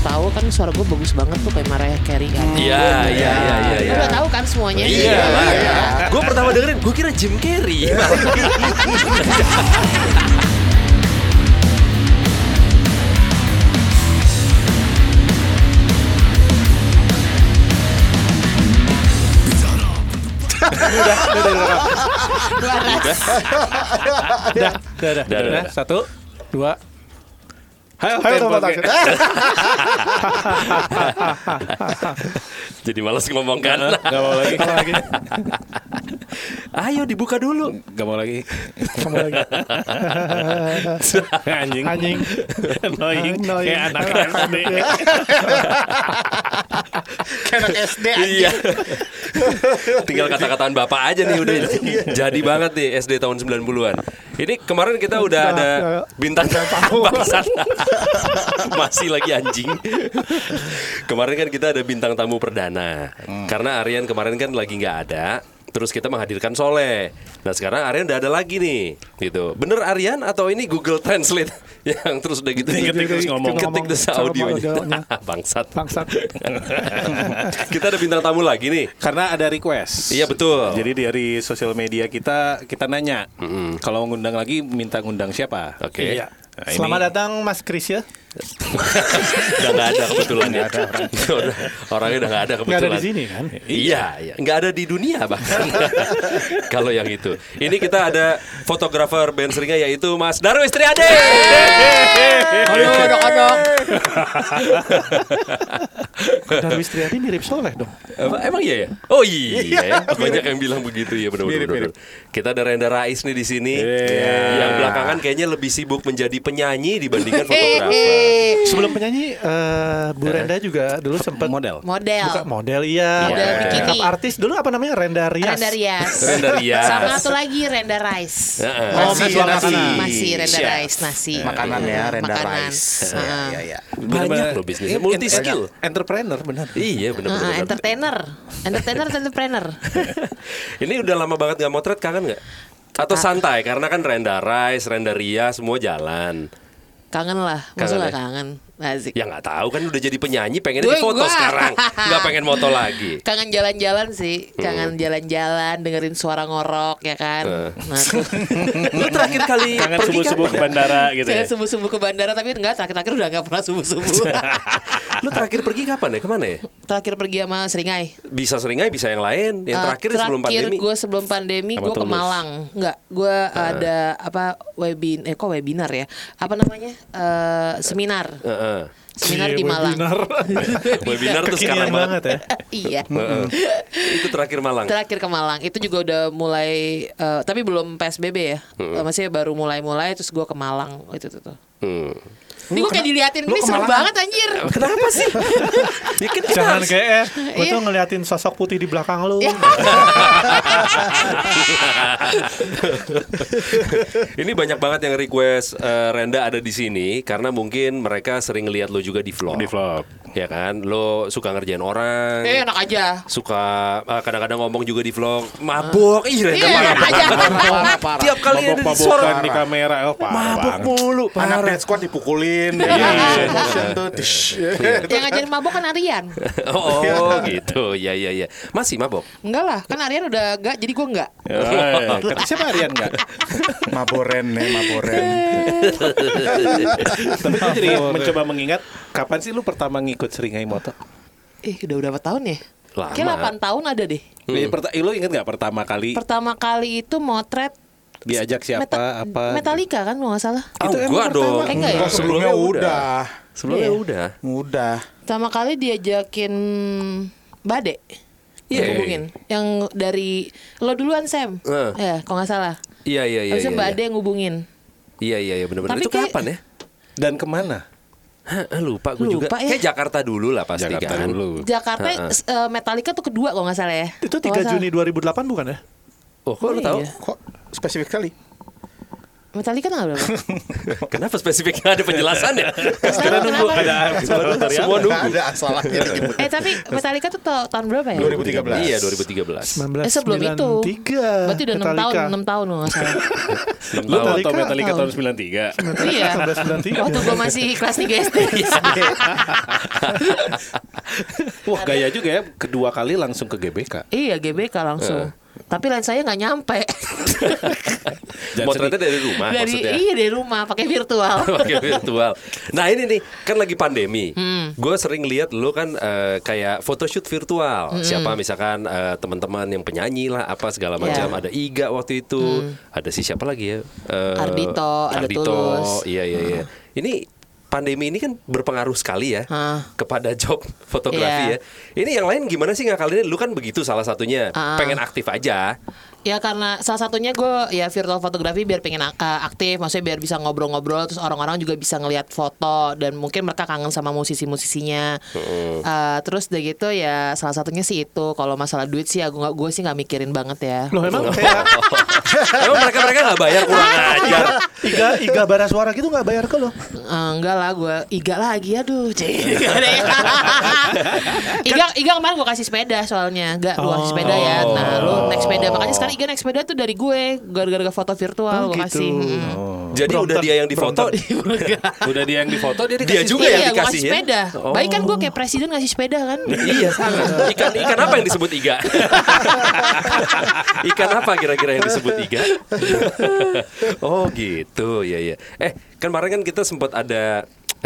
tahu kan suara gue bagus banget tuh kayak Mariah Carey kan. Iya. Lu udah tahu kan semuanya? Iya. Gue pertama dengerin, gue kira Jim Carrey. Udah. 1, 2. Ayo tempat akhir. Jadi malas ngomong kan. Gak mau lagi. Ayo dibuka dulu. Gak mau lagi. Anjing. Annoying. Kayak anak SD. Kayak anak SD aja. Iya. Tinggal kata-kataan bapak aja nih udah jadi banget nih SD tahun 90-an. Ini kemarin kita udah ada bintang tamu bangsat. Masih lagi anjing. Kemarin kan kita ada bintang tamu perdana. Karena Aryan kemarin kan lagi nggak ada. Terus kita menghadirkan Soleh. Nah sekarang Aryan udah ada lagi nih, gitu. Bener Aryan atau ini Google Translate yang terus udah gitu Ketik terus ngomong. ketik terus audionya. Bangsat. Kita ada bintang tamu lagi nih. Karena ada request. Iya betul. Jadi dari sosial media kita nanya, kalau ngundang lagi minta ngundang siapa? Oke. Iya. Nah, Selamat datang Mas Kris ya. Udah nggak ada kebetulan ya. Orangnya udah nggak ada kebetulan. Nggak ada di sini kan? Iya, nggak ada di dunia bahkan. Kalau yang itu. Ini kita ada fotografer band Seringai yaitu Mas Darwis Triade. Halo anak-anak. Darwis Triadi mirip Soleh dong. Emang iya ya? Oh iya ya. Banyak yang bilang begitu ya benar-benar. Kita ada Renda Rais nih di sini. Yang belakangan kayaknya lebih sibuk menjadi penyanyi dibandingkan fotografer. Sebelum penyanyi, Bu Renda juga dulu sempat model. buka model, iya. Model bikini. Makeup artis dulu apa namanya? Renda Rias. Renda Rias. Renda Rias. Sama satu lagi Renda Rice. Masih Renda Rice nasi. Makanan ya, Renda Makanan. Rice. Iya. Banyak loh bisnisnya. Multi skill. Entrepreneur benar. Iya benar-benar. Entertainer. Ini udah lama banget gak motret, kangen gak? Atau santai? Karena kan Renda Rice, Renda Ria semua jalan. Kangen lah, masa gak kangen? Asik. Ya gak tahu kan udah jadi penyanyi pengen difoto sekarang. Gak pengen moto lagi. Kangen jalan-jalan sih. Kangen jalan-jalan, dengerin suara ngorok ya kan. Nah, tuh. Lu terakhir kali Kangen pergi subuh-subuh ke kapan? bandara gitu ya. Saya subuh-subuh ke bandara, tapi enggak, terakhir udah gak pernah subuh-subuh. Lu terakhir pergi kapan ya? Kemana ya? Terakhir pergi sama Seringai. Bisa Seringai, bisa yang lain. Yang terakhir sebelum pandemi. Gue sebelum pandemi gue ke Malang. Enggak, gue ada apa webinar ya? Apa namanya? Seminar. Seminar di Malang. Webinar tuh sekarang banget ya. Iya. Itu terakhir Malang. Terakhir ke Malang. Itu juga udah mulai tapi belum PSBB ya. Masih baru mulai terus gue ke Malang itu tuh. Ini gue kayak diliatin ini seru banget anjir. Kenapa sih? Ya kan Jangan kayak gue tuh ngeliatin sosok putih di belakang lu. Ini banyak banget yang request Renda ada di sini karena mungkin mereka sering ngeliat lo juga di vlog. Ya kan, lo suka ngerjain orang. Enak aja. Suka kadang-kadang ngomong juga di vlog. Mabok. Ih, Renda Enak aja. Tiap kali ada di suara di kamera, mabok mulu. Anak dance squad dipukulin. Motion tuh. Yang ngajarin mabok kan Aryan. Oh gitu. Ya. Masih mabok? Enggak lah, kan Aryan udah enggak, jadi gue enggak. Kata siapa Aryan enggak? Maboren. Tapi gue jadi mencoba mengingat kapan sih lu pertama ngikut Seringai moto? Udah berapa tahun ya? Lama. Kayak 8 tahun ada deh. Lu inget gak pertama kali Pertama kali itu motret diajak siapa apa? Metallica kan kalau nggak salah. Itu gua dong. Enggak ya? Sebelumnya udah. Sebelumnya udah. Pertama kali diajakin Bade. Iya, hubungin. Yang dari lo duluan Sam. Ya, kalau nggak salah. Iya. Habisnya Bade yang ngubungin. Iya benar-benar. Tapi Itu kapan ya? Dan kemana? Lupa gue juga. Ya. Kayak Jakarta dulu lah pasti Jakarta kan. dulu. Jakarta Metallica tuh kedua kalau nggak salah ya. Itu 3 Juni 2008 bukan ya? Oh, kok lu tahu? Iya. Kok spesifik kali? Metallica tanggal berapa? Kenapa spesifiknya ada penjelasannya? Kita nunggu ada Semua nunggu. Ada asalnya. Tapi Metallica tuh tahun berapa ya? 2013. Iya 2013. Sebelum itu. 93. Berarti udah 6 tahun loh nggak salah. Lu tau Metallica tahu. tahun 93. Iya. 1993. Waktu gue masih kelas 3 SD. Wah gaya juga ya, kedua kali langsung ke GBK. Iya, GBK langsung. Tapi lensanya nggak nyampe. Motretnya dari rumah maksudnya. Iya dari rumah pakai virtual. Pakai virtual. Nah ini nih kan lagi pandemi. Gue sering lihat lu kan kayak photoshoot virtual. Siapa misalkan teman-teman yang penyanyi lah apa segala macam. Ada Iga waktu itu. Ada siapa lagi ya? Ardhito, ada Tulus. Iya. Ini pandemi ini kan berpengaruh sekali ya kepada job fotografi ya. Ini yang lain gimana sih ngakalinnya? Lu kan begitu salah satunya. Pengen aktif aja. Ya karena salah satunya gue ya virtual fotografi biar pengen aktif, maksudnya biar bisa ngobrol-ngobrol, terus orang-orang juga bisa ngelihat foto dan mungkin mereka kangen sama musisi-musisinya. Terus udah gitu ya salah satunya sih itu. Kalau masalah duit sih gue sih nggak mikirin banget ya. Loh emang kayak Emang mereka nggak bayar kurang ajar. Iga bara suara gitu nggak bayar ke lo? Enggak lah, gue Iga lagi aduh. Iga kemarin gue kasih sepeda soalnya, gue kasih sepeda ya. Nah lu naik sepeda, makanya sekarang Iga naik sepeda tuh dari gue gara-gara foto virtual gue kasih. Jadi udah dia yang difoto. Udah dia yang difoto, dia juga yang gue dikasih kasih ya. sepeda. Baik kan gue kayak presiden ngasih sepeda kan. Iya sama. Ikan apa yang disebut Iga? Ikan apa kira-kira yang disebut Iga? Oh gitu ya. Kan kemarin kan kita sempat ada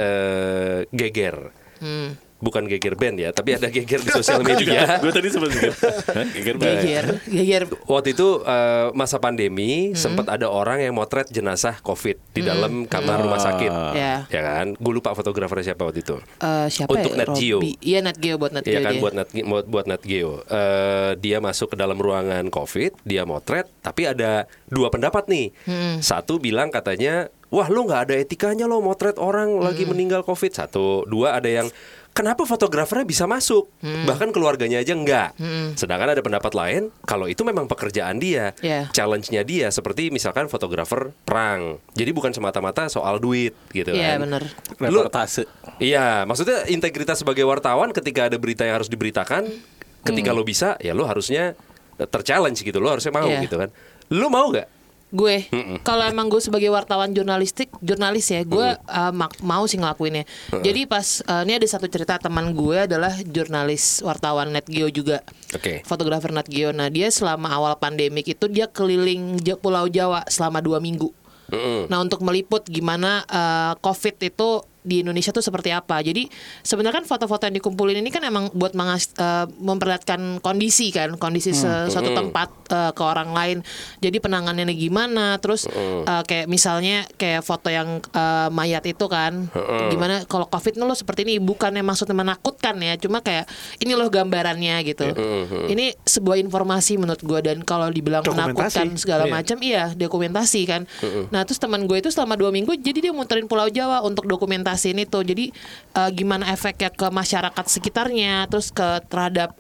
geger. Bukan geger band ya, tapi ada geger di sosial media. Gue tadi sempat geger. Geger. Waktu itu masa pandemi sempat ada orang yang motret jenazah COVID di dalam kamar rumah sakit. Ya. Ya kan? Gue lupa fotografernya siapa waktu itu. Siapa Untuk ya? Nat Geo. Iya Nat Geo buat Nat Geo. Iya kan dia. buat Nat Geo. Dia masuk ke dalam ruangan COVID, dia motret, tapi ada dua pendapat nih. Satu bilang katanya, wah lu nggak ada etikanya lo motret orang lagi meninggal COVID. Satu, dua ada yang kenapa fotografernya bisa masuk? Bahkan keluarganya aja enggak. Sedangkan ada pendapat lain, kalau itu memang pekerjaan dia, challenge-nya dia seperti misalkan fotografer perang. Jadi bukan semata-mata soal duit gitu Iya kan. benar. Reportase. Iya, maksudnya integritas sebagai wartawan ketika ada berita yang harus diberitakan, ketika lo bisa, ya lo harusnya terchallenge gitu, lo harusnya mau gitu kan. Lo mau gak? Gue kalau emang gue sebagai wartawan jurnalis ya gue mau sih ngelakuinnya. Jadi pas ini ada satu cerita, teman gue adalah jurnalis wartawan Nat Geo juga, fotografer Nat Geo. Nah dia selama awal pandemik itu dia keliling Pulau Jawa selama 2 minggu. Nah untuk meliput gimana COVID itu di Indonesia tuh seperti apa. Jadi sebenarnya kan foto-foto yang dikumpulin ini kan emang buat memperlihatkan kondisi suatu tempat ke orang lain. Jadi penanganannya gimana. Terus kayak misalnya kayak foto yang mayat itu kan, gimana kalau COVID lo seperti ini, bukannya maksudnya menakutkan ya, cuma kayak ini loh gambarannya gitu. Ini sebuah informasi menurut gue, dan kalau dibilang menakutkan segala macam, iya dokumentasi kan. Nah terus teman gue itu selama 2 minggu jadi dia muterin Pulau Jawa untuk dokumentasi itu. Jadi gimana efeknya ke masyarakat sekitarnya, terus terhadap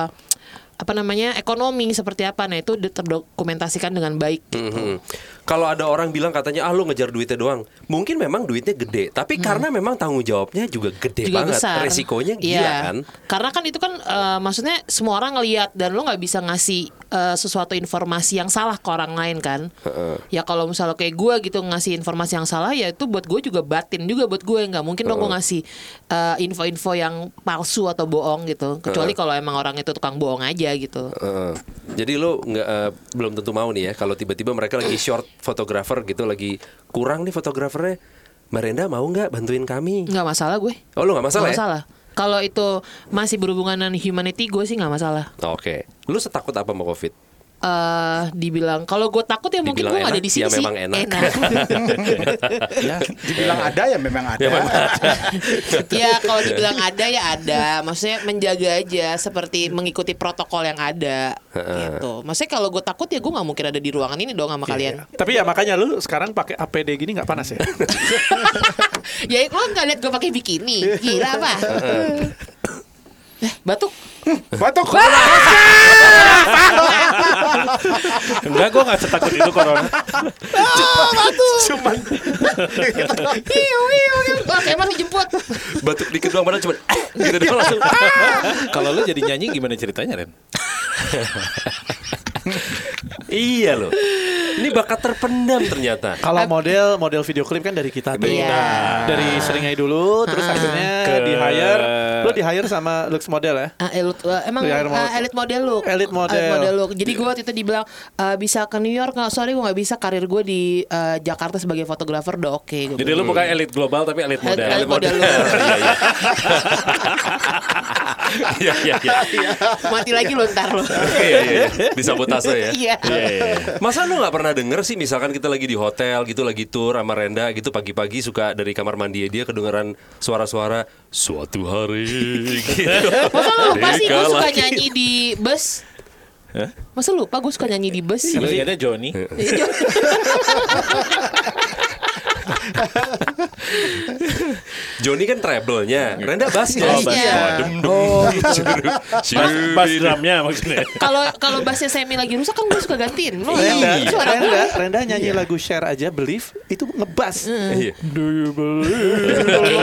ekonomi seperti apa. Nah itu terdokumentasikan dengan baik gitu. Kalau ada orang bilang katanya lu ngejar duitnya doang, mungkin memang duitnya gede, tapi karena memang tanggung jawabnya juga gede juga banget, besar. resikonya gila kan. Karena kan itu kan maksudnya semua orang ngelihat, dan lo nggak bisa ngasih sesuatu informasi yang salah ke orang lain kan. Ya kalau misalnya kayak gue gitu ngasih informasi yang salah, ya itu buat gue juga batin juga buat gue. Nggak mungkin dong gue ngasih info-info yang palsu atau bohong gitu, kecuali kalau emang orang itu tukang bohong aja gitu. Jadi lo belum tentu mau nih ya kalau tiba-tiba mereka lagi short fotografer gitu, lagi kurang nih fotografernya, Mbak Renda mau nggak bantuin kami? Nggak masalah gue. Oh lo nggak masalah? Nggak masalah. Kalau itu masih berhubungan dengan humanity, gue sih nggak masalah. Oke. Lu setakut apa sama COVID? Dibilang kalau gue takut ya mungkin gue nggak ada di sini ya sih. memang enak. Ya, dibilang ada ya memang ada. Ya kalau dibilang ada ya ada. Maksudnya menjaga aja, seperti mengikuti protokol yang ada gitu. Maksudnya kalau gue takut ya gue nggak mungkin ada di ruangan ini dong sama kalian. Tapi ya makanya lu sekarang pakai APD gini nggak panas ya? Ya lo nggak lihat gue pakai bikini, gila apa? Batuk. Batuk. Enggak, gue nggak setakut itu corona. Cuman Wah, emang dijemput. batuk dikit doang padahal cuman gitu doang langsung. Kalau lu jadi nyanyi gimana ceritanya, Ren? Iya loh. Ini bakat terpendam ternyata. Kalau model video klip kan dari kita tuh. Iya. Dari Seringai dulu, terus akhirnya lo di hire sama Lux Model ya. Emang elite model look. Elite model. Look. Jadi gue waktu itu dibilang bisa ke New York nggak? Sorry gue nggak bisa. Karir gue di Jakarta sebagai fotografer udah oke. Jadi lu bukan elit global tapi elit model. Elite model look. Iya. Mati lagi lo ntar lo. Iya. Disabotase ya. Iya. Masa lu nggak pernah denger sih misalkan kita lagi di hotel gitu lagi tour sama Renda gitu pagi-pagi suka dari kamar mandi dia kedengeran suara-suara suatu hari gitu. Masa lu lupa sih gue suka lagi. nyanyi di bus? Masa lupa gue suka nyanyi di bus? Lu ingatnya Johnny. Johnny kan treble-nya, Renda bassnya. Oh, bassnya. Bass drumnya maksudnya. Kalau bassnya Semi lagi rusak kan gue suka gantiin. Lo Iya. suara gue. Renda nyanyi lagu Share aja Believe itu ngebas. Iya. Do you believe?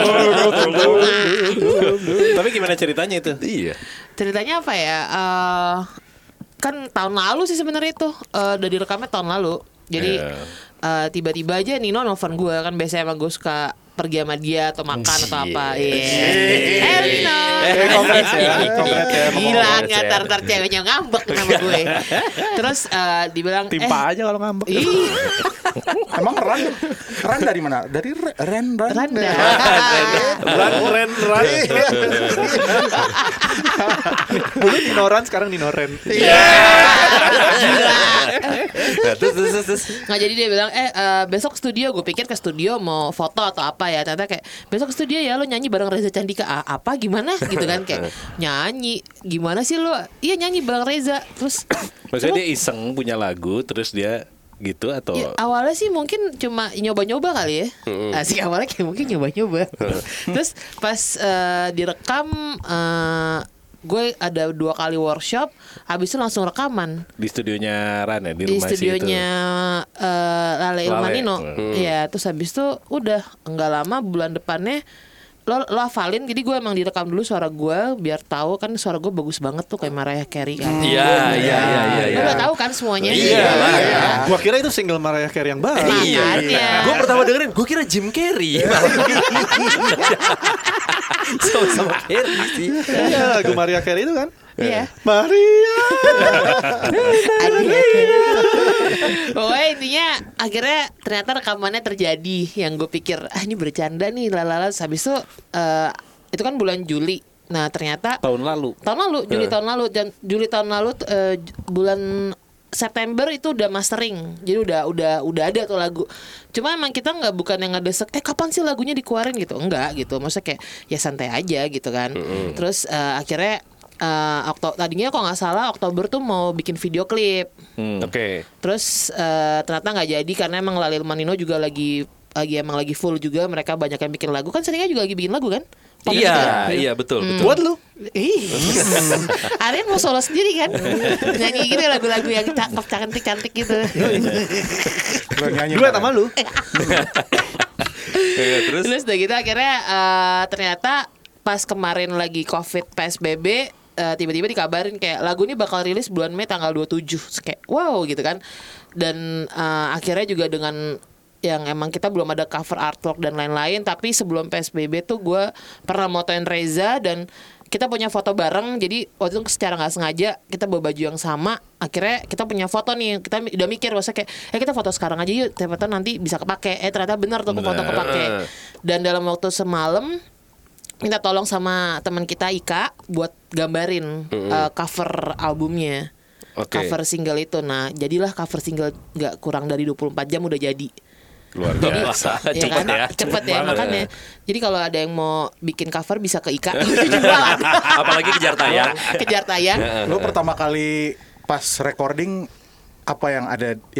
Tapi gimana ceritanya itu? Iya. Ceritanya apa ya? Kan tahun lalu sih sebenarnya itu udah direkamnya tahun lalu. Jadi tiba-tiba aja Nino nelfon gue kan biasanya emang gue suka pergi sama dia atau makan atau apa. Nino. Congrats ya. Congrats ya. Gila ntar ceweknya ngambek sama gue. Terus dibilang Timpa aja kalau ngambek. Emang Ran dari mana? Dari Ren. Randa. Ren. Dulu Nino Ran, sekarang Nino Ren. Nah, terus. Nggak jadi dia bilang besok ke studio. Gue pikir ke studio mau foto atau apa ya. Ternyata kayak besok ke studio ya lo nyanyi bareng Reza Candika. Apa gimana gitu kan kayak nyanyi gimana sih lo? Iya nyanyi bareng Reza. Terus Maksudnya dia iseng punya lagu terus dia gitu atau ya, awalnya sih mungkin cuma nyoba-nyoba kali ya. Asik awalnya kayak mungkin nyoba-nyoba. Terus pas direkam gue ada 2 kali workshop, habis itu langsung rekaman di studionya Ran ya di di rumah si studionya Lale Ilmanino. Ya, terus habis itu udah enggak lama bulan depannya lo hafalin, jadi gue emang direkam dulu suara gue biar tahu kan suara gue bagus banget tuh kayak Mariah Carey kan. Iya. Lo udah tahu kan semuanya. Iya. Gua kira itu single Mariah Carey yang baru. Makanya. Gue pertama dengerin, gue kira Jim Carrey. Sama Carrey sih. Iya, lagu Mariah Carey itu kan. Iya. Maria. Pokoknya intinya akhirnya ternyata rekamannya terjadi yang gue pikir ini bercanda nih lalala. Habis itu kan bulan Juli. Nah ternyata tahun lalu Juli tahun lalu dan Juli tahun lalu bulan September itu udah mastering, jadi udah ada tuh lagu. Cuma emang kita bukan yang ngedesek, kapan sih lagunya dikeluarin gitu, enggak gitu. Maksudnya kayak ya santai aja gitu kan. Terus akhirnya tadinya kalau nggak salah Oktober tuh mau bikin video klip. Oke. Terus ternyata nggak jadi karena emang Lale Ilmanino juga lagi full juga, mereka banyak yang bikin lagu kan, seringnya juga lagi bikin lagu kan. Iya betul. Buat lu. Aryan mau solo sendiri kan, nyanyi gitu lagu-lagu yang cantik gitu. Gue sama lu. Terus Udah gitu akhirnya ternyata pas kemarin lagi COVID PSBB tiba-tiba dikabarin kayak lagu ini bakal rilis bulan Mei tanggal 27. Kayak wow gitu kan. Dan akhirnya juga dengan yang emang kita belum ada cover artwork dan lain-lain, tapi sebelum PSBB tuh gue pernah motoin Reza dan kita punya foto bareng. Jadi waktu itu secara nggak sengaja kita bawa baju yang sama, akhirnya kita punya foto nih. Kita udah mikir maksudnya kayak kita foto sekarang aja yuk, ternyata nanti bisa kepake. Ternyata benar tuh foto kepake. Dan dalam waktu semalam minta tolong sama teman kita Ika buat gambarin cover albumnya. Cover single itu. Nah jadilah cover single gak kurang dari 24 jam udah jadi. luar biasa. Cepet ya. Cepet ya makanya. Jadi kalau ada yang mau bikin cover bisa ke Ika. Apalagi kejar tayang. Kejar tayang. Lo pertama kali pas recording apa yang ada yang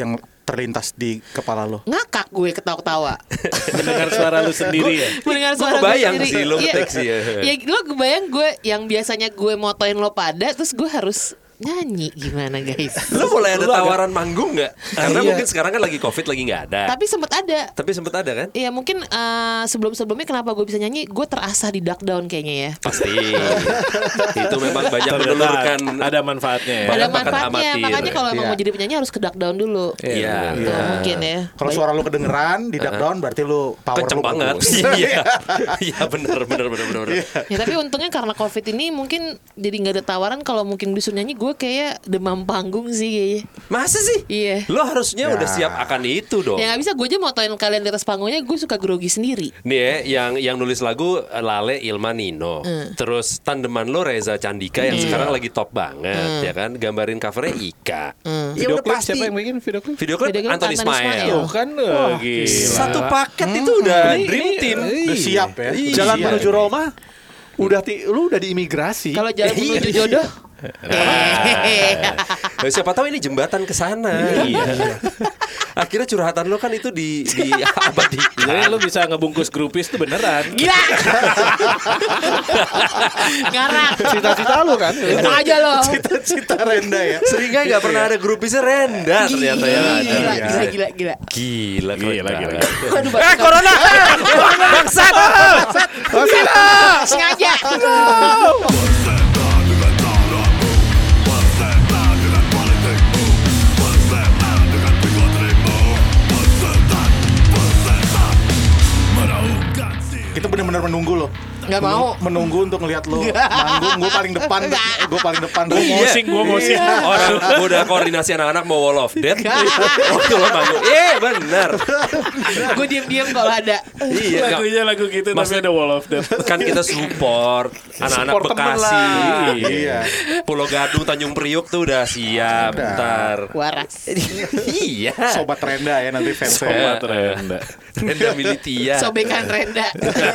terlintas di kepala lo? Ngakak gue ketawa-ketawa. Mendengar suara lu sendiri ya. Mendengar Gue suara gue kebayang sendiri. sih lo Iya. ngetek sih ya. Ya lo kebayang gue yang biasanya gue motoin lo pada, terus gue harus nyanyi gimana guys? Lo mulai ada tawaran manggung nggak? Karena Iya. mungkin sekarang kan lagi COVID lagi nggak ada. Tapi sempet ada. Tapi sempet ada kan? Iya mungkin sebelum-sebelumnya kenapa gue bisa nyanyi, gue terasah di duck down kayaknya ya. Pasti. Itu memang banyak Ternyata menelurkan. ada manfaatnya ya. Banyak Ada bakat manfaatnya, amatir. makanya kalau emang Iya. mau jadi penyanyi harus ke duck down dulu. Iya. Tuh, mungkin ya. Kalau suara lu kedengeran di duck down berarti lu power Kenceng lu banget. bagus. Iya. Iya benar. Ya tapi untungnya karena COVID ini mungkin jadi nggak ada tawaran. Kalau mungkin disuruh nyanyi, gue kayak demam panggung sih kayaknya. Masa sih? Iya. Lo harusnya udah siap akan itu dong. Ya nggak bisa, gue aja motoin kalian di atas panggungnya, gue suka grogi sendiri. Nih ya, yang nulis lagu Lale Ilma Nino. Terus tandeman lo Reza Candika yang sekarang lagi top banget ya kan. Gambarin covernya Ika. Ya Video udah klip pasti. siapa yang bikin video klip? Video klip Video klip Anthony Anthony Ismail. Ismail. Oh kan gila. Satu paket itu udah dream team. Udah siap ya. Iya. Jalan menuju Roma lu udah di imigrasi. Kalau jalan menuju jodoh, Ya, siapa tahu ini jembatan ke sana. Iya. Akhirnya curhatan lo kan itu di abadi. Jadi lu bisa ngebungkus grupis tuh beneran. gila, ngarak, Cita-cita lu kan. itu aja lo. Cita-cita Renda ya. Seringnya nggak pernah ada grupisnya Renda ternyata ya. Gila. Gila. Aduh, Corona! Bangsat! sengaja. Kita benar-benar menunggu loh. Nggak mau. Menunggu untuk ngelihat lo manggung. Gue paling depan. Gue paling depan. Gua mosing. Orang gua udah koordinasi anak-anak mau wall of death. Waktu lo manggung. Benar. Gue diem kalau ada. Iya. nggak- Lagunya lagu gitu tapi Maksud- ada Wall of Death. Kan kita support anak-anak Support temen Bekasi. lah. Iya. Pulau Gadung, Tanjung Priuk tuh udah siap. Bentar. Waras. Iya. Sobat Renda ya nanti fansnya. Sobat Renda. Renda Militia. Sobekan Renda.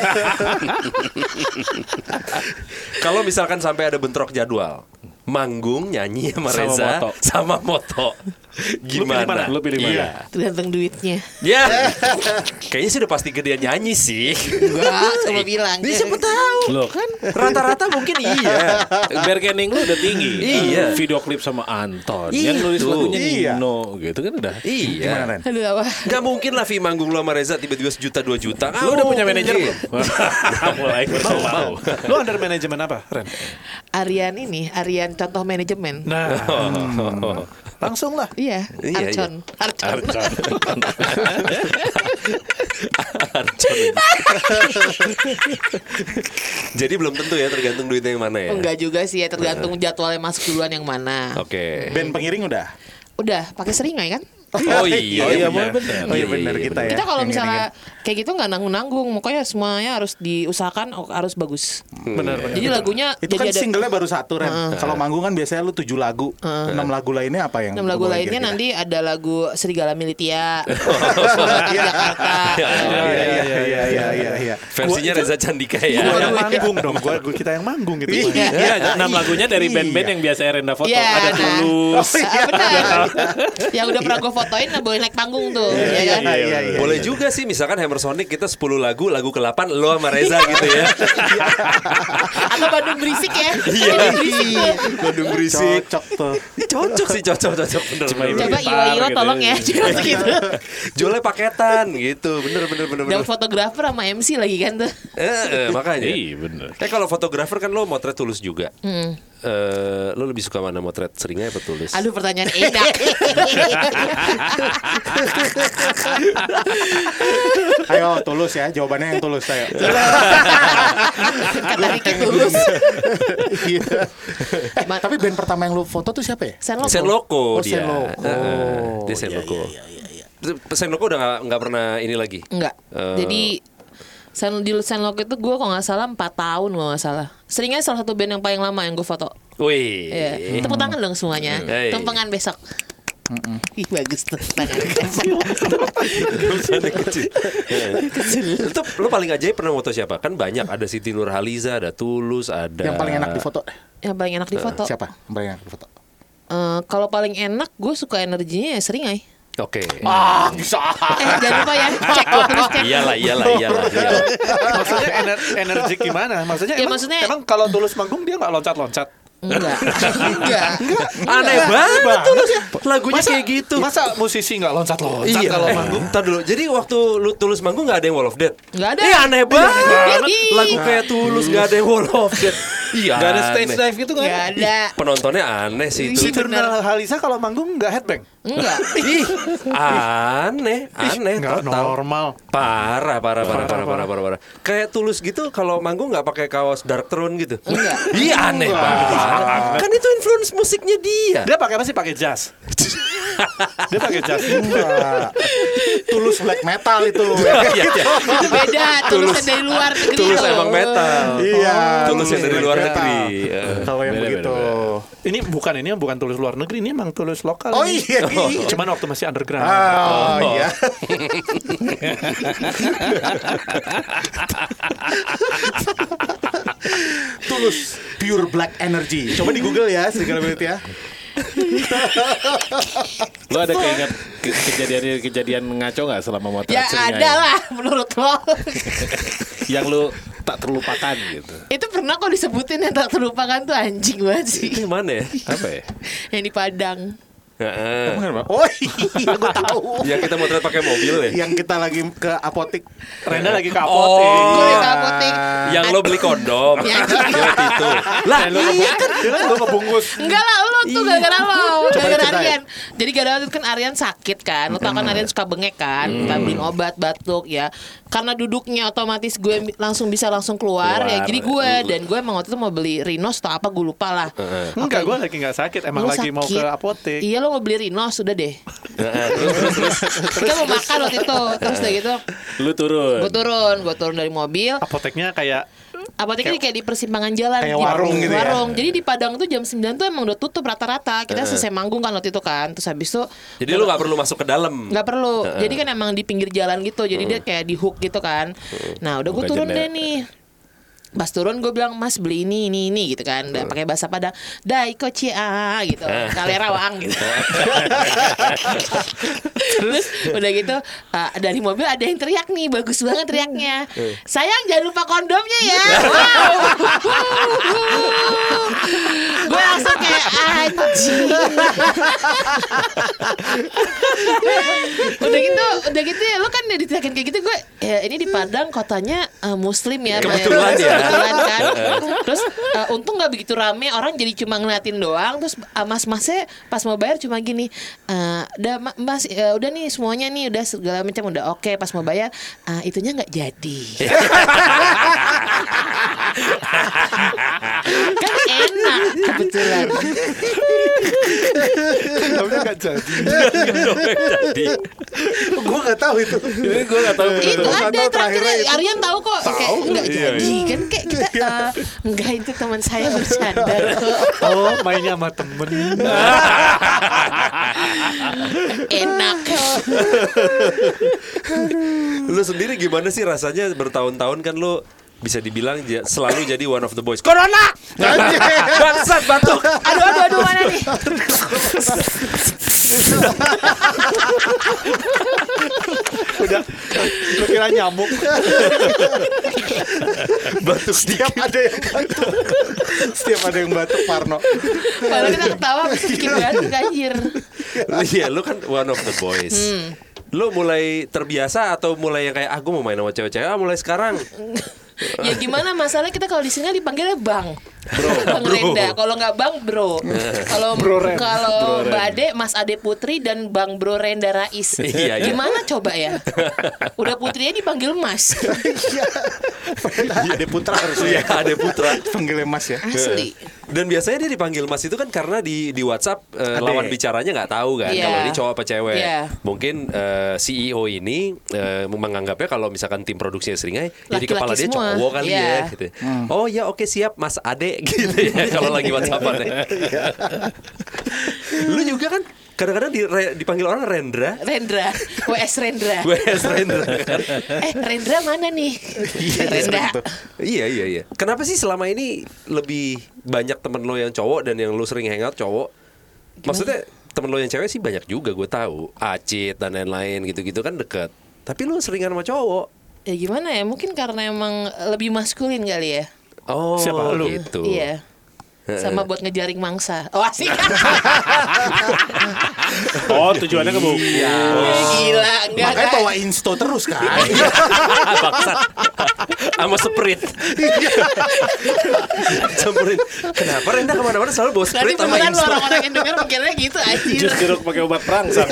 Kalau misalkan sampai ada bentrok jadwal, manggung nyanyi sama Sama Reza Moto. sama Moto. Gimana? Lu pilih mana? Iya. Tergantung duitnya. Ya. Kayaknya sih udah pasti gedean nyanyi sih. Enggak, coba bilang. Dia siapa tahu. Lo kan Rata-rata mungkin iya. bargaining lu udah tinggi. Iya. Video klip sama Anton. Iya. Yang nulis lagunya Iya. Nino gitu kan udah. Iya. Gimana Ren? Aduh apa? Gak mungkin lah Vi manggung lo sama Reza tiba-tiba 1 juta 2 juta. Lu udah punya manajer belum? Mulai mau. Lu under manajemen apa, Ren? Aryan contoh manajemen. Nah, Oh. langsung lah. Iya, Iya, Arcon. Jadi belum tentu ya tergantung duitnya yang mana ya. Enggak juga sih ya, tergantung jadwalnya masuk duluan yang mana. Oke. Band pengiring udah. Udah, pakai seringai kan? Oh iya. Oh iya, benar. benar. Oh iya benar kita ya. Kita kalau yang misalnya kayak gitu nggak nanggung-nanggung, makanya semuanya harus diusahakan harus bagus. Benar. Jadi lagunya itu jadi kan ada singlenya baru 1 Ren. Kalau manggung kan biasanya lu 7 lagu. 6 lagu lainnya apa yang 6 lagu lu bawain lainnya kira-kira? nanti ada lagu Serigala Militia, Semangat Jakarta. Iya. Versinya Reza Candika ya. Gua yang manggung dong. Kita yang manggung gitu. Iya, 6 lagunya dari band-band yang biasa Renda foto. Iya, Ada nah. Tulus. Benar. Yang udah pernah gue fotoin nggak boleh naik panggung tuh, ya kan? Iya. Boleh juga sih misalkan Hammer Sonic kita 10 lagu ke-8 lo sama Reza gitu ya. Atau Bandung Berisik ya? Iya. Bandung Berisik tuh. Bandung berisik. Cocok tuh. Cocok sih, cocok bener. Coba Iwa tolong ya, juga gitu. Jualnya paketan gitu. Bener. Dan fotografer sama MC lagi kan tuh. Makanya. Iya, bener. Kalau fotografer kan lo motret Tulus juga. Lo lebih suka mana, motret Seringai apa Tulus? Aduh, pertanyaan enak. Ayo Tulus ya, jawabannya yang Tulus ayo. Kata Ricky Tulus. Iya. Tapi band pertama yang lu foto tuh siapa ya? Senloko. Senloko Oh, dia. Senloko. Dia Senloko. Senloko udah nggak pernah ini lagi. Enggak. Jadi di Senloko itu gue kalau nggak salah 4 tahun kalau nggak salah. Seringnya salah satu band yang paling lama yang gue foto. Wih. Iya. Tepuk tangan dong semuanya. Hey. Tumpengan besok. Ih, bagus tuh tangan. Itu lo paling ajaib pernah foto siapa? Kan banyak, ada Siti Nurhaliza, ada Tulus, ada. Yang paling enak di foto. Yang paling enak di foto. Siapa? Yang paling enak di foto. Kalau paling enak gue suka energinya ya Seringai. Oke. Bisa. Jangan lupa ya cek checklistnya. Iyalah. Maksudnya energi gimana? Maksudnya, Ya, emang, maksudnya- emang kalau Tulus manggung dia nggak loncat-loncat? Enggak. Aneh banget Tulus. Lagunya kayak gitu. Masa musisi nggak loncat-loncat kalau manggung? Ntar dulu. Jadi waktu lu Tulus manggung nggak ada yang Wall of Death? Nggak ada. Aneh banget. Ih. Lagu kayak Tulus nggak ada yang Wall of Death. Iya. Gak ada stage aneh. dive gitu kan? Nggak ada. Penontonnya aneh sih Si itu. Jurnal Halisa kalau manggung nggak headbang? Enggak. Ih, aneh. Nggak total. normal. Parah. Kayak Tulus gitu kalau manggung nggak pakai kaos Dark Throne gitu. Enggak. Iya aneh banget. Kan itu influence musiknya dia. Dia pakai apa sih? Pakai jazz. Dia pakai jazz. Enggak. Tulus black metal itu. Iya. Itu beda. Tulusnya dari luar negeri. Tulus loh. emang metal. Iya. Tulus yang dari luar metal. negeri. Kalau yang Beda, begitu. Ini bukan Tulus luar negeri, ini emang Tulus lokal. Oh ini. iya. Cuman waktu masih underground. Oh iya. Tulus pure black energy. Coba di Google ya, Serigala Beat ya. Lu ada keinget kejadian ngaco nggak selama motret Ya ada lah menurut lo. Yang lu tak terlupakan gitu? Itu pernah kok disebutin yang tak terlupakan tuh anjing banget sih. Ini mana ya? Apa ya? Yang di Padang. Heeh. Oh iya, gue tahu. Ya kita motret pakai mobil ya. Yang kita lagi ke apotik. Renda lagi ke apotek. Gue Oh, di apotek. yang lo beli kondom. Ya. Ya, waktu itu. Lah, iya kan. Lu ngebungkus. Enggak lah lo tuh gara-gara lo. Gara-gara ceritain. Aryan. Jadi gara-gara itu kan Aryan sakit kan. Lo tau kan Aryan suka bengek kan. Kita beliin obat batuk ya. Karena duduknya otomatis gue langsung keluar. Ya jadi gue. Dan gue emang waktu itu mau beli Rinos atau apa gue lupa lah. Enggak, gue lagi nggak sakit. Emang Lo lagi mau sakit. ke apotek. Iya lo mau beli Rinos udah deh. Terus. Kita mau makan waktu itu. Terus udah gitu Lu turun. gue turun dari mobil. Apoteknya kayak Apoteknya kayak di persimpangan jalan Kayak warung gitu ya? Warung. Jadi di Padang tuh jam 9 tuh emang udah tutup rata-rata. Kita selesai manggung kan waktu itu kan. Terus habis itu Jadi lu nggak perlu masuk ke dalam. nggak perlu. Jadi kan emang di pinggir jalan gitu. Jadi dia kayak di hook gitu kan. Nah udah gue Buka turun jendela. deh nih. Pas turun gue bilang Mas beli ini gitu kan. Dan pakai bahasa Padang. Daiko cia gitu. Kalerawang gitu. Terus udah gitu dari mobil ada yang teriak nih, bagus banget teriaknya. Sayang jangan lupa kondomnya ya. Wow. Gue langsung kayak anjing. Udah gitu ya lo kan diteriakin kayak gitu gue ya ini di Padang kotanya Muslim ya. Kebetulan ya. Kebetulan kan. Terus untung nggak begitu rame, orang jadi cuma ngeliatin doang. Terus mas-masnya pas mau bayar cuma gini, udah mas udah nih semuanya nih udah segala macam udah oke. Pas mau bayar itunya nggak jadi. Kan enak kebetulan. kondomnya nggak jadi. Jadi Gue nggak tahu itu. Ini gue nggak tahu. Itu Gua nggak ada tahu terakhir terakhirnya itu. Aryan tahu kok kayak nggak jadi kan kayak kita enggak itu teman saya bercanda kok. Oh, mainnya sama temen. Enak. lu sendiri gimana sih rasanya bertahun-tahun kan lu bisa dibilang selalu jadi one of the boys. Corona! Bangsat batuk. Aduh mana nih? Udah, lu kira nyamuk. Batuk Setiap ada yang batuk. Setiap ada yang batuk Parno. Padahal kita ketawa bisa bikin batuk anjir. Iya, lu kan one of the boys. Lu mulai terbiasa atau mulai yang kayak gue mau main sama cewek-cewek mulai sekarang. Ya gimana masalahnya kita kalau di sini dipanggilnya Bang. Bang Renda. Kalau nggak Bang Bro. Kalau Mbak Ade, Mas Ade Putri dan Bang Bro Renda Rais. Iya. Gimana coba ya? Udah putrinya dipanggil Mas. Ade Putra harusnya. Iya, ada Putra. Panggilnya Mas ya. Asli. Dan biasanya dia dipanggil Mas itu kan karena di WhatsApp lawan bicaranya nggak tahu kan Iya. kalau ini cowok apa cewek. Iya. Mungkin CEO ini menganggapnya kalau misalkan tim produksinya Seringai jadi Laki-laki kepala dia semua. cowok kali Iya. ya gitu. Oh ya oke siap Mas Ade gitu ya kalau lagi WhatsAppan ya. Lu juga kan kadang-kadang dipanggil orang Rendra. Rendra. WS Rendra. WS Rendra kan. Rendra mana nih? Rendra. Iya. Kenapa sih selama ini lebih banyak temen lo yang cowok dan yang lo sering hangout cowok? Maksudnya temen lo yang cewek sih banyak juga gue tahu. Acit dan lain-lain gitu-gitu kan deket. Tapi lu seringan sama cowok. Ya gimana ya? Mungkin karena emang lebih maskulin kali ya. Oh, Siapa lu? gitu. Iya. Sama buat ngejaring mangsa. Oh asik. Oh, tujuannya ke bukti. Gila, enggak Makanya kan? bawa insto terus kan. Bangsat. Sama Sprite. Campurin. Kenapa Renda kemana-mana selalu bawa Nanti Sprite sama beneran lo Insta? orang-orang yang denger mikirnya gitu anjir. Jus jeruk pakai obat perangsang.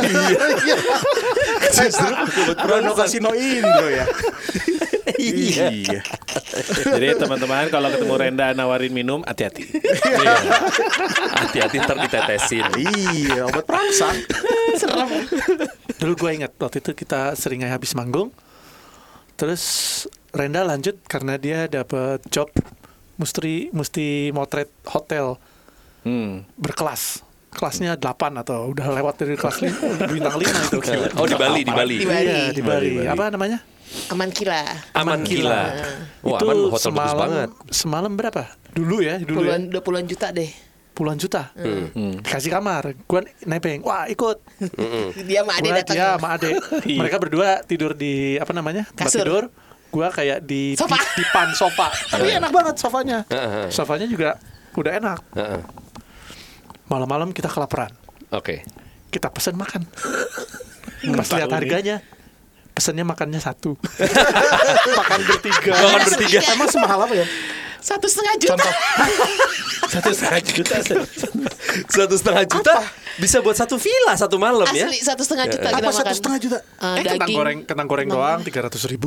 Rono Kasino Indro ya. Iya. Jadi teman-teman kalau ketemu Renda nawarin minum, hati-hati. Hati-hati ntar ditetesin. Iya, obat perangsang. Serem. Dulu gue ingat waktu itu kita sering habis manggung. Terus Renda lanjut karena dia dapat job mesti motret hotel berkelas. Kelasnya 8 atau udah lewat dari kelas 5, bintang 5 itu. Oh di Bali, di Bali. Di Bali. Iya, di Bali. Apa namanya? Aman Kila. Aman gila. Wah, Itu Aman hotel bagus banget. semalam berapa? Dulu ya. Puluhan juta deh. Puluhan juta. Dikasih kamar. Gue nebeng. Wah ikut. Dia sama Ade Gua datang. dia sama Ade. Mereka berdua tidur di apa namanya? Tempat Kasur. tidur. Gua kayak di Sofa. di pan sofa. Tapi enak banget sofanya. Sofanya juga udah enak. Malam-malam kita kelaparan. Oke. Kita pesen makan. Pas lihat harganya, pesennya makannya 1. Makan bertiga. Makan bertiga. Emang semahal apa ya? 1,5 juta. Contoh. 1,5 juta. 1,5 juta bisa buat satu villa satu malam ya. Asli 1,5 juta kita Apa makan. 1,5 juta? Kentang goreng doang 300.000.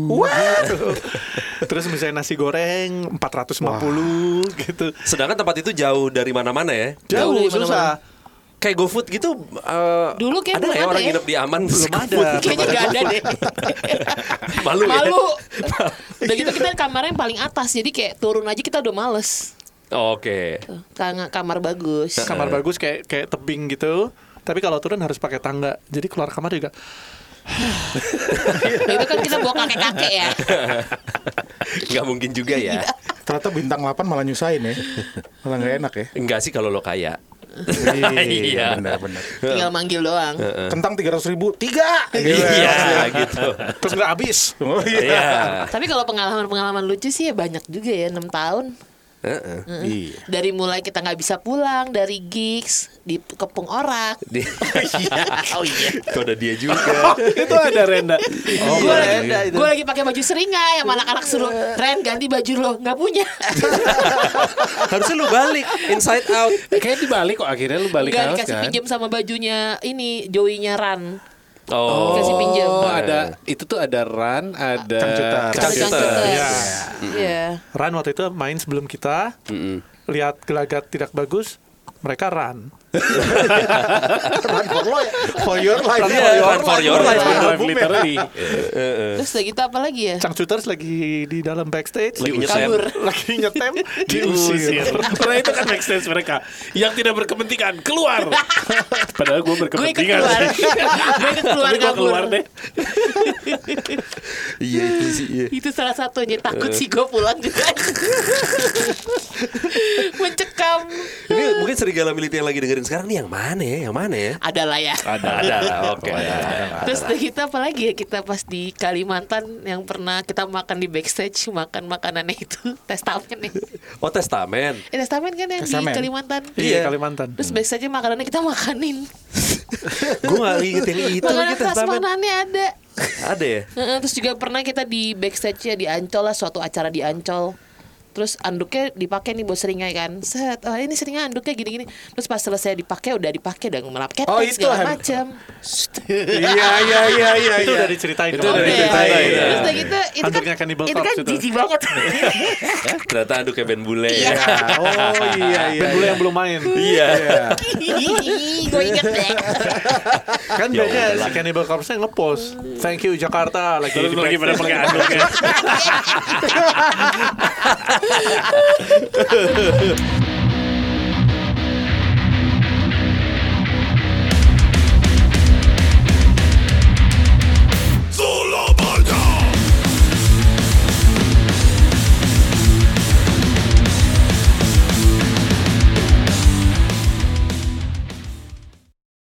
Terus misalnya nasi goreng 450 gitu. Sedangkan tempat itu jauh dari mana-mana ya. Jauh dari Susah. Kayak GoFood gitu. Dulu kayak ada belum nggak ya ada orang ya? nginep di Aman Belum GoFood? ada. Kayaknya gak ada deh. Malu ya. Malu. Udah gitu kita kamarnya yang paling atas. Jadi kayak turun aja kita udah males. Oke. Tuh, kamar bagus. Kamar bagus kayak tebing gitu. Tapi kalau turun harus pakai tangga. Jadi keluar kamar juga. Nah, itu kan kita bawa kakek-kakek ya. Nggak mungkin juga ya. Ternyata bintang 8 malah nyusahin ya. Malah gak enak ya. Enggak sih kalau lo kaya. Iya, benar. Tinggal manggil doang. Kentang 300.000, 3. Iya gitu. Terus nggak habis. Oh iya. Iya. Tapi kalau pengalaman-pengalaman lucu sih ya banyak juga ya 6 tahun. Iya. Dari mulai kita nggak bisa pulang dari gigs di Kepung Orak. Oh iya. Itu ada dia juga. Itu ada Renda. Gue lagi pakai baju seringai, yang anak-anak suruh Ren ganti baju lo, nggak punya. Harusnya lu balik inside out. Kayaknya dibalik kok akhirnya lu balik Nggak kaos dikasih kan. pinjam sama bajunya ini Joey-nya Ran. Oh. Dikasih pinjam. Oh, ada itu tuh ada Ran, ada Cangcuter. Cangcuter. Iya. Iya. Ran waktu itu main sebelum kita. Lihat gelagat tidak bagus, mereka run. Run for life. For your life. Iya, run for your life. Live literally. Terus lagi kita apa lagi ya? Cangcuters lagi di dalam backstage. Lagi nyetem. Kabur. Lagi nyetem. Diusir. Karena itu kan backstage mereka yang tidak berkepentingan keluar. Padahal gue Gue ikut berkepentingan. keluar. Gue ikut keluar Tapi gue kabur. keluar deh. Iya itu sih. Iya. Itu salah satunya. Takut sih gue pulang juga. Mencekam. Ini mungkin serigala militer yang lagi dengerin sekarang nih yang mana ya? Yang mana ya? Ada lah ya. Ada. Oke. Terus kita apa lagi ya, kita pas di Kalimantan yang pernah kita makan di backstage, makan makanannya itu testamen nih. Oh testamen. Testamen kan yang Testamen. di Kalimantan. Iya, Kalimantan. Terus backstage makanannya kita makanin. Gue gak inget yang itu Makanan lagi testamen. prasmanannya ada. Ada ya? Terus juga pernah kita di backstage-nya di Ancol lah, suatu acara di Ancol. Terus anduknya dipakai nih buat seringai kan. Set, ini seringai anduknya gini-gini. Terus pas selesai dipakai udah melap ketek Oh, itu segala lah. macam. Iya. Itu udah diceritain. Itu kemarin. udah diceritain. Terus udah gitu, itu Anduknya kan Cannibal itu kan Corpse itu. jijik banget. Ternyata anduknya Ben Bule Iya. ya. Oh iya. Band bule yang belum main. Iya. Gue inget deh. Kan bandnya si Cannibal Corpse-nya nge-post. Thank you Jakarta. Lagi Terus di lagi pada pakai backstage. anduknya.